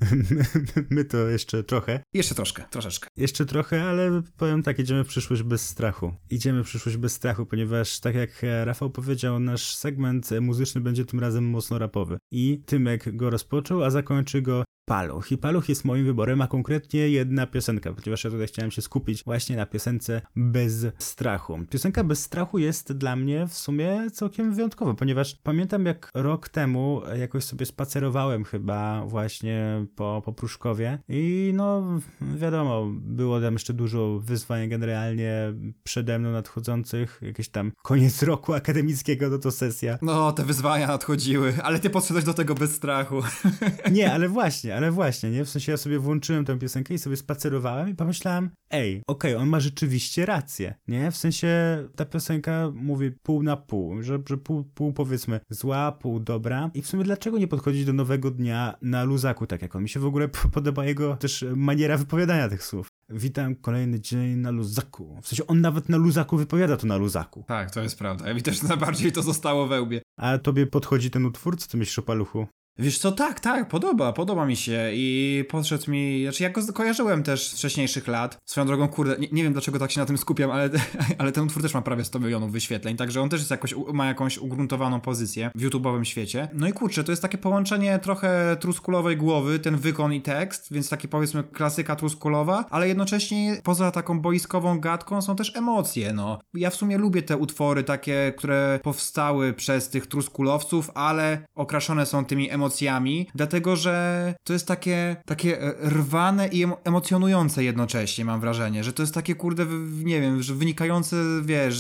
My to jeszcze trochę. Jeszcze troszkę, troszeczkę. Jeszcze trochę, ale powiem tak, idziemy w przyszłość bez strachu. Idziemy w przyszłość bez strachu, ponieważ tak jak Rafał powiedział, nasz segment muzyczny będzie tym razem mocno rapowy. I Tymek go rozpoczął, a zakończy go Paluch. I Paluch jest moim wyborem, a konkretnie jedna piosenka, ponieważ ja tutaj chciałem się skupić właśnie na piosence Bez strachu. Piosenka Bez strachu jest dla mnie w sumie całkiem wyjątkowa, ponieważ pamiętam jak rok temu jakoś sobie spacerowałem chyba właśnie po, po Pruszkowie i no wiadomo, było tam jeszcze dużo wyzwań generalnie przede mną nadchodzących, jakieś tam koniec roku akademickiego, no to sesja. No, te wyzwania nadchodziły, ale ty podszedłeś do tego bez strachu. Nie, ale właśnie, ale właśnie, nie? W sensie ja sobie włączyłem tę piosenkę i sobie spacerowałem i pomyślałem, ej, okej, okay, on ma rzeczywiście rację, nie? W sensie ta piosenka mówi pół na pół, że, że pół, pół powiedzmy zła, pół dobra i w sumie dlaczego nie podchodzić do nowego dnia na luzaku, tak jak on? Mi się w ogóle podoba jego też maniera wypowiadania tych słów. Witam kolejny dzień na luzaku. W sensie on nawet na luzaku wypowiada to na luzaku. Tak, to jest prawda. Ja mi też najbardziej to zostało we łbie. A tobie podchodzi ten utwór? Co ty myślisz o Paluchu? Wiesz co, tak, tak, podoba, podoba mi się i podszedł mi, znaczy ja go kojarzyłem też z wcześniejszych lat, swoją drogą, kurde, nie, nie wiem dlaczego tak się na tym skupiam, ale, ale ten utwór też ma prawie sto milionów wyświetleń, także on też jest jakoś, ma jakąś ugruntowaną pozycję w YouTube'owym świecie. No i kurczę, to jest takie połączenie trochę truskulowej głowy, ten wykon i tekst, więc taki powiedzmy klasyka truskulowa, ale jednocześnie poza taką boiskową gadką są też emocje, no. Ja w sumie lubię te utwory takie, które powstały przez tych truskulowców, ale okraszone są tymi emocjami, emocjami, dlatego, że to jest takie, takie rwane i emocjonujące jednocześnie, mam wrażenie, że to jest takie, kurde, nie wiem, że wynikające, wiesz,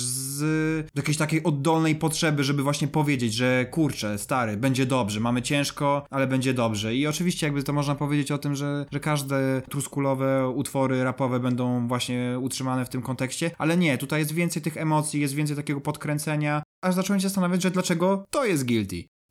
z jakiejś takiej oddolnej potrzeby, żeby właśnie powiedzieć, że kurczę, stary, będzie dobrze, mamy ciężko, ale będzie dobrze. I oczywiście jakby to można powiedzieć o tym, że, że każde truskulowe utwory rapowe będą właśnie utrzymane w tym kontekście, ale nie, tutaj jest więcej tych emocji, jest więcej takiego podkręcenia, aż zacząłem się zastanawiać, że dlaczego to jest Guilty.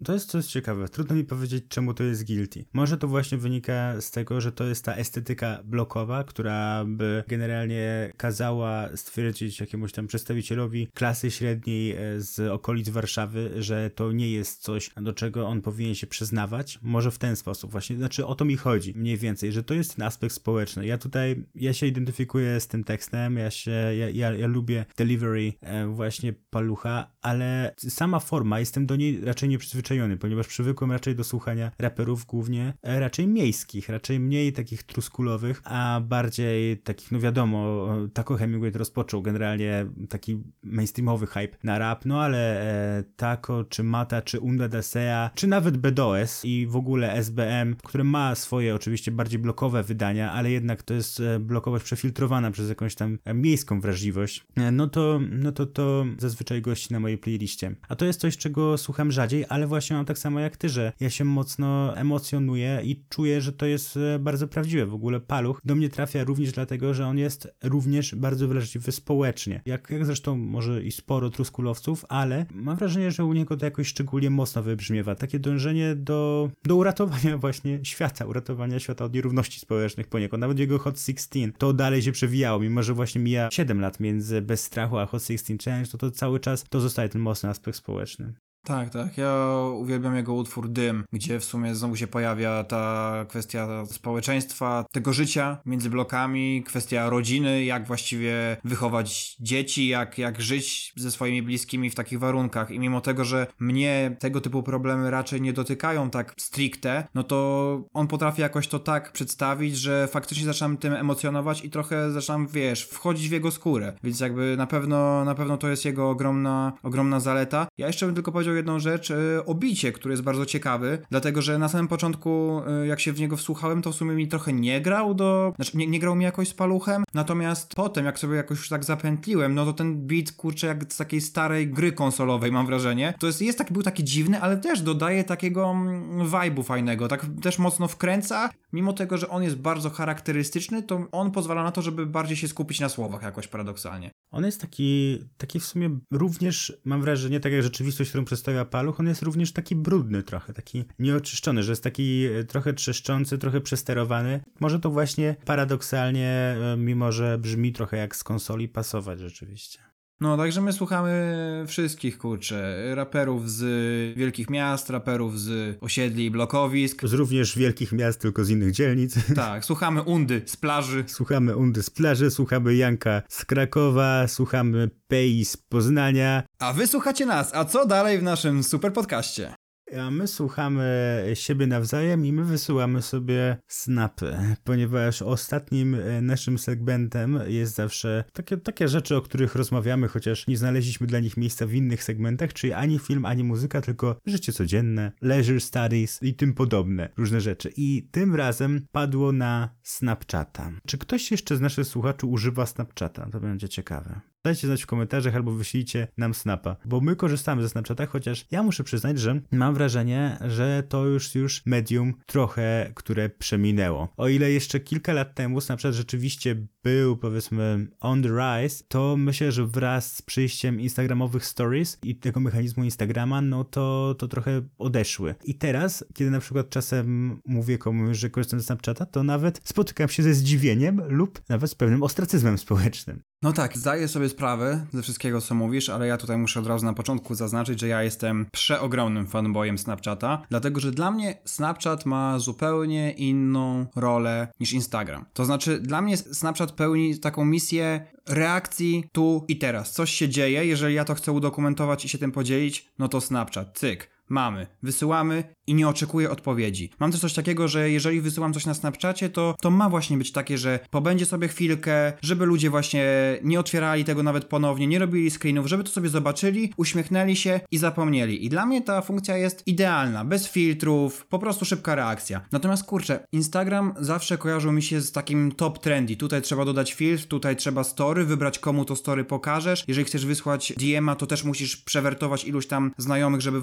To jest, to jest ciekawe. Trudno mi powiedzieć, czemu to jest guilty. Może to właśnie wynika z tego, że to jest ta estetyka blokowa, która by generalnie kazała stwierdzić jakiemuś tam przedstawicielowi klasy średniej z okolic Warszawy, że to nie jest coś, do czego on powinien się przyznawać. Może w ten sposób właśnie. Znaczy o to mi chodzi mniej więcej, że to jest ten aspekt społeczny. Ja tutaj, ja się identyfikuję z tym tekstem, ja się, ja, ja, ja lubię delivery e, właśnie Palucha, ale sama forma, jestem do niej raczej nieprzyzwyczajony, ponieważ przywykłem raczej do słuchania raperów głównie e, raczej miejskich, raczej mniej takich truskulowych, a bardziej takich, no wiadomo, Taco Hemingway to rozpoczął generalnie taki mainstreamowy hype na rap, no ale e, Taco, czy Mata, czy Unda Dasea, czy nawet B D O S i w ogóle S B M, które ma swoje oczywiście bardziej blokowe wydania, ale jednak to jest e, blokowość przefiltrowana przez jakąś tam e, miejską wrażliwość, e, no to no to to zazwyczaj gości na mojej playliście. A to jest coś, czego słucham rzadziej, ale właśnie mam tak samo jak ty, że ja się mocno emocjonuję i czuję, że to jest e, bardzo prawdziwe. W ogóle Paluch do mnie trafia również dlatego, że on jest również bardzo wrażliwy społecznie. Jak, jak zresztą może i sporo truskulowców, ale mam wrażenie, że u niego to jakoś szczególnie mocno wybrzmiewa. Takie dążenie do, do uratowania właśnie świata, uratowania świata od nierówności społecznych poniekąd. Nawet jego Hot szesnaście to dalej się przewijało, mimo że właśnie mija siedem lat między Bez Strachu a Hot szesnaście Challenge, to to cały czas to zostaje ten mocny aspekt społeczny. Tak, tak. Ja uwielbiam jego utwór Dym, gdzie w sumie znowu się pojawia ta kwestia społeczeństwa, tego życia między blokami, kwestia rodziny, jak właściwie wychować dzieci, jak, jak żyć ze swoimi bliskimi w takich warunkach. I mimo tego, że mnie tego typu problemy raczej nie dotykają tak stricte, no to on potrafi jakoś to tak przedstawić, że faktycznie zaczynam tym emocjonować i trochę zaczynam, wiesz, wchodzić w jego skórę. Więc jakby na pewno, na pewno to jest jego ogromna, ogromna zaleta. Ja jeszcze bym tylko powiedział jedną rzecz y, o bicie, który jest bardzo ciekawy, dlatego, że na samym początku y, jak się w niego wsłuchałem, to w sumie mi trochę nie grał do... Znaczy, nie, nie grał mi jakoś z Paluchem, natomiast potem, jak sobie jakoś już tak zapętliłem, no to ten beat, kurczę, jak z takiej starej gry konsolowej, mam wrażenie, to jest, jest taki, był taki dziwny, ale też dodaje takiego mm, vibe'u fajnego, tak też mocno wkręca, mimo tego, że on jest bardzo charakterystyczny, to on pozwala na to, żeby bardziej się skupić na słowach jakoś paradoksalnie. On jest taki, taki w sumie również, mam wrażenie, tak jak rzeczywistość, którą przedstawia Paluch, on jest również taki brudny trochę, taki nieoczyszczony, że jest taki trochę trzeszczący, trochę przesterowany. Może to właśnie paradoksalnie, mimo że brzmi trochę jak z konsoli, pasować rzeczywiście. No, także my słuchamy wszystkich, kurczę, raperów z wielkich miast, raperów z osiedli i blokowisk. Z również wielkich miast, tylko z innych dzielnic. Tak, słuchamy Undy z plaży. Słuchamy Undy z plaży, słuchamy Janka z Krakowa, słuchamy Pei z Poznania. A wy słuchacie nas, a co dalej w naszym super podcaście? A my słuchamy siebie nawzajem i my wysyłamy sobie snapy, ponieważ ostatnim naszym segmentem jest zawsze takie, takie rzeczy, o których rozmawiamy, chociaż nie znaleźliśmy dla nich miejsca w innych segmentach, czyli ani film, ani muzyka, tylko życie codzienne, leisure studies i tym podobne różne rzeczy. I tym razem padło na Snapchata. Czy ktoś jeszcze z naszych słuchaczy używa Snapchata? To będzie ciekawe. Dajcie znać w komentarzach albo wyślijcie nam snapa, bo my korzystamy ze Snapchata, chociaż ja muszę przyznać, że mam wrażenie, że to już już medium trochę, które przeminęło. O ile jeszcze kilka lat temu Snapchat rzeczywiście był, powiedzmy, on the rise, to myślę, że wraz z przyjściem instagramowych stories i tego mechanizmu Instagrama, no to, to trochę odeszły. I teraz, kiedy na przykład czasem mówię komuś, że korzystam ze Snapchata, to nawet spotykam się ze zdziwieniem lub nawet z pewnym ostracyzmem społecznym. No tak, zdaję sobie sprawę ze wszystkiego, co mówisz, ale ja tutaj muszę od razu na początku zaznaczyć, że ja jestem przeogromnym fanboyem Snapchata, dlatego, że dla mnie Snapchat ma zupełnie inną rolę niż Instagram. To znaczy, dla mnie Snapchat pełni taką misję reakcji tu i teraz. Coś się dzieje, jeżeli ja to chcę udokumentować i się tym podzielić, no to Snapchat, cyk. Mamy, wysyłamy i nie oczekuję odpowiedzi. Mam też coś takiego, że jeżeli wysyłam coś na Snapchacie, to, to ma właśnie być takie, że pobędzie sobie chwilkę, żeby ludzie właśnie nie otwierali tego nawet ponownie, nie robili screenów, żeby to sobie zobaczyli, uśmiechnęli się i zapomnieli. I dla mnie ta funkcja jest idealna, bez filtrów, po prostu szybka reakcja. Natomiast kurczę, Instagram zawsze kojarzył mi się z takim top trendy. Tutaj trzeba dodać filtr, tutaj trzeba story, wybrać komu to story pokażesz. Jeżeli chcesz wysłać D M a, to też musisz przewertować iluś tam znajomych, żeby w ogóle ich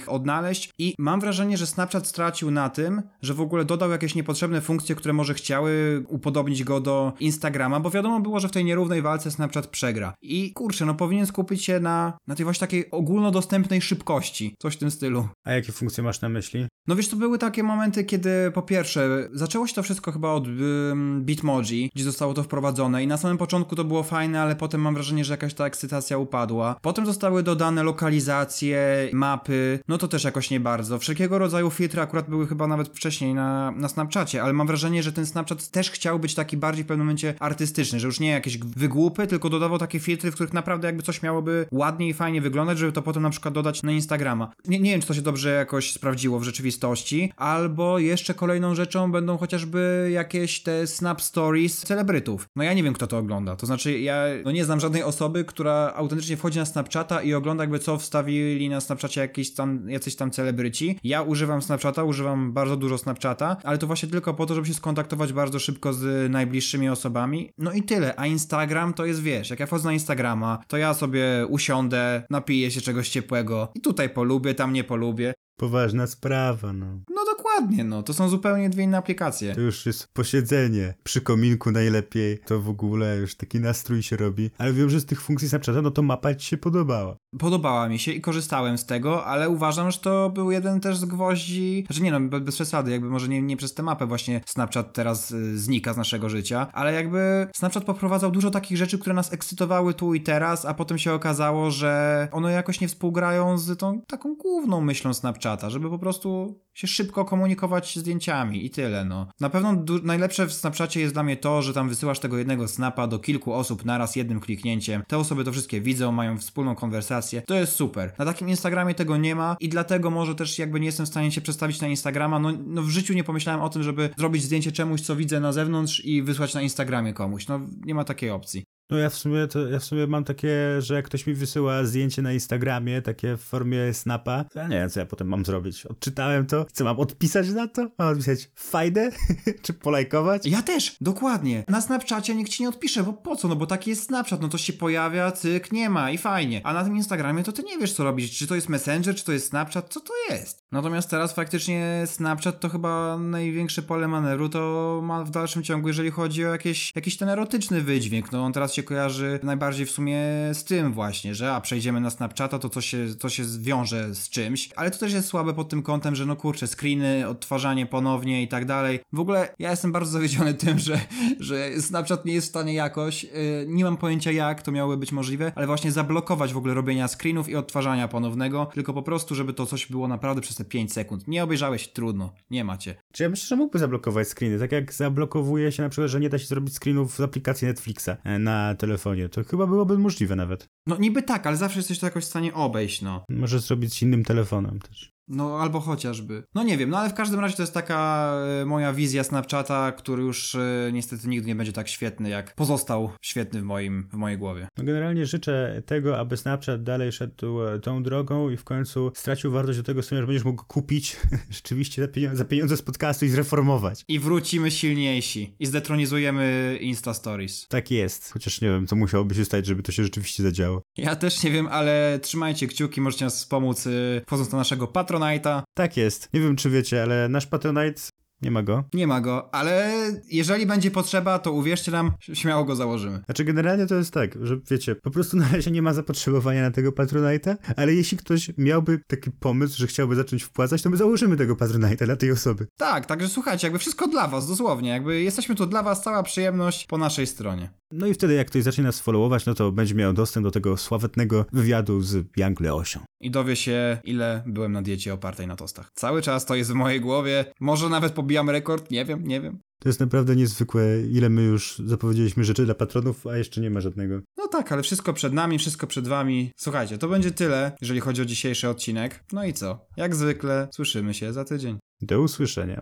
ich odnaleźć i mam wrażenie, że Snapchat stracił na tym, że w ogóle dodał jakieś niepotrzebne funkcje, które może chciały upodobnić go do Instagrama, bo wiadomo było, że w tej nierównej walce Snapchat przegra. I kurczę, no powinien skupić się na, na tej właśnie takiej ogólnodostępnej szybkości. Coś w tym stylu. A jakie funkcje masz na myśli? No wiesz, to były takie momenty, kiedy po pierwsze, zaczęło się to wszystko chyba od um, Bitmoji, gdzie zostało to wprowadzone i na samym początku to było fajne, ale potem mam wrażenie, że jakaś ta ekscytacja upadła. Potem zostały dodane lokalizacje, mapy, no to też jakoś nie bardzo. Wszelkiego rodzaju filtry akurat były chyba nawet wcześniej na, na Snapchacie, ale mam wrażenie, że ten Snapchat też chciał być taki bardziej w pewnym momencie artystyczny, że już nie jakieś wygłupy, tylko dodawał takie filtry, w których naprawdę jakby coś miałoby ładnie i fajnie wyglądać, żeby to potem na przykład dodać na Instagrama. Nie, nie wiem, czy to się dobrze jakoś sprawdziło w rzeczywistości, albo jeszcze kolejną rzeczą będą chociażby jakieś te Snap Stories celebrytów. No ja nie wiem, kto to ogląda. To znaczy, ja no nie znam żadnej osoby, która autentycznie wchodzi na Snapchata i ogląda jakby co wstawili na Snapchacie jakieś tam, jacyś tam celebryci. Ja używam Snapchata, używam bardzo dużo Snapchata, ale to właśnie tylko po to, żeby się skontaktować bardzo szybko z najbliższymi osobami. No i tyle. A Instagram to jest, wiesz, jak ja wchodzę na Instagrama, to ja sobie usiądę, napiję się czegoś ciepłego i tutaj polubię, tam nie polubię. Poważna sprawa, no. No dokładnie, no. To są zupełnie dwie inne aplikacje. To już jest posiedzenie. Przy kominku najlepiej. To w ogóle już taki nastrój się robi. Ale wiem, że z tych funkcji Snapchata, no to mapa ci się podobała. Podobała mi się i korzystałem z tego, ale uważam, że to był jeden też z gwoździ... Znaczy nie no, bez przesady, jakby może nie, nie przez tę mapę właśnie Snapchat teraz y, znika z naszego życia, ale jakby Snapchat poprowadzał dużo takich rzeczy, które nas ekscytowały tu i teraz, a potem się okazało, że one jakoś nie współgrają z tą taką główną myślą Snapchata, żeby po prostu się szybko komunikować zdjęciami i tyle, no. Na pewno du- najlepsze w Snapchacie jest dla mnie to, że tam wysyłasz tego jednego snapa do kilku osób naraz jednym kliknięciem. Te osoby to wszystkie widzą, mają wspólną konwersację. To jest super. Na takim Instagramie tego nie ma i dlatego może też jakby nie jestem w stanie się przestawić na Instagrama. No, no w życiu nie pomyślałem o tym, żeby zrobić zdjęcie czemuś, co widzę na zewnątrz i wysłać na Instagramie komuś. No nie ma takiej opcji. No ja w sumie to, ja w sumie mam takie, że jak ktoś mi wysyła zdjęcie na Instagramie, takie w formie snapa, to ja nie wiem, co ja potem mam zrobić. Odczytałem to, co mam odpisać na to? Mam odpisać fajdę? Czy polajkować? Ja też, dokładnie. Na Snapchacie nikt ci nie odpisze, bo po co? No bo taki jest Snapchat, no to się pojawia, cyk, nie ma i fajnie. A na tym Instagramie to ty nie wiesz, co robić. Czy to jest Messenger, czy to jest Snapchat, co to jest? Natomiast teraz faktycznie Snapchat to chyba największe pole manewru to ma w dalszym ciągu, jeżeli chodzi o jakieś, jakiś ten erotyczny wydźwięk. No on teraz się kojarzy najbardziej w sumie z tym właśnie, że a przejdziemy na Snapchata, to co się, co się wiąże z czymś, ale to też jest słabe pod tym kątem, że no kurczę, screeny, odtwarzanie ponownie i tak dalej. W ogóle ja jestem bardzo zawiedziony tym, że, że Snapchat nie jest w stanie jakoś, yy, nie mam pojęcia jak to miałoby być możliwe, ale właśnie zablokować w ogóle robienia screenów i odtwarzania ponownego, tylko po prostu, żeby to coś było naprawdę przez te pięć sekund. Nie obejrzałeś, trudno, nie macie. Czy ja myślę, że mógłby zablokować screeny, tak jak zablokowuje się na przykład, że nie da się zrobić screenów z aplikacji Netflixa na telefonie. To chyba byłoby możliwe nawet. No niby tak, ale zawsze jesteś to jakoś w stanie obejść, no. Może zrobić z innym telefonem też. No, albo chociażby. No nie wiem, no ale w każdym razie to jest taka y, moja wizja Snapchata, który już y, niestety nigdy nie będzie tak świetny, jak pozostał świetny w moim, w mojej głowie. No generalnie życzę tego, aby Snapchat dalej szedł e, tą drogą i w końcu stracił wartość do tego stopnia, że będziesz mógł kupić rzeczywiście za pieniądze, za pieniądze z podcastu i zreformować. I wrócimy silniejsi. I zdetronizujemy Insta Stories. Tak jest. Chociaż nie wiem, co musiałoby się stać, żeby to się rzeczywiście zadziało. Ja też nie wiem, ale trzymajcie kciuki, możecie nas wspomóc y, wchodząc na naszego Patronite'a. Tak jest. Nie wiem, czy wiecie, ale nasz Patronite nie ma go. Nie ma go, ale jeżeli będzie potrzeba, to uwierzcie nam, śmiało go założymy. Znaczy generalnie to jest tak, że wiecie, po prostu na razie nie ma zapotrzebowania na tego Patronite'a, ale jeśli ktoś miałby taki pomysł, że chciałby zacząć wpłacać, to my założymy tego Patronite'a dla tej osoby. Tak, także słuchajcie, jakby wszystko dla was, dosłownie, jakby jesteśmy tu dla was, cała przyjemność po naszej stronie. No i wtedy jak ktoś zacznie nas followować, no to będzie miał dostęp do tego sławetnego wywiadu z Young Leosią. I dowie się, ile byłem na diecie opartej na tostach. Cały czas to jest w mojej głowie, może nawet pobijam rekord, nie wiem, nie wiem. To jest naprawdę niezwykłe, ile my już zapowiedzieliśmy rzeczy dla patronów, a jeszcze nie ma żadnego. No tak, ale wszystko przed nami, wszystko przed wami. Słuchajcie, to będzie tyle, jeżeli chodzi o dzisiejszy odcinek. No i co? Jak zwykle, słyszymy się za tydzień. Do usłyszenia.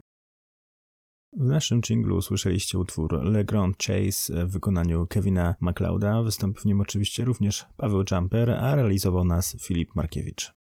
W naszym dżinglu usłyszeliście utwór Le Grand Chase w wykonaniu Kevina MacLeoda. Wystąpił w nim oczywiście również Paweł Jumper, a realizował nas Filip Markiewicz.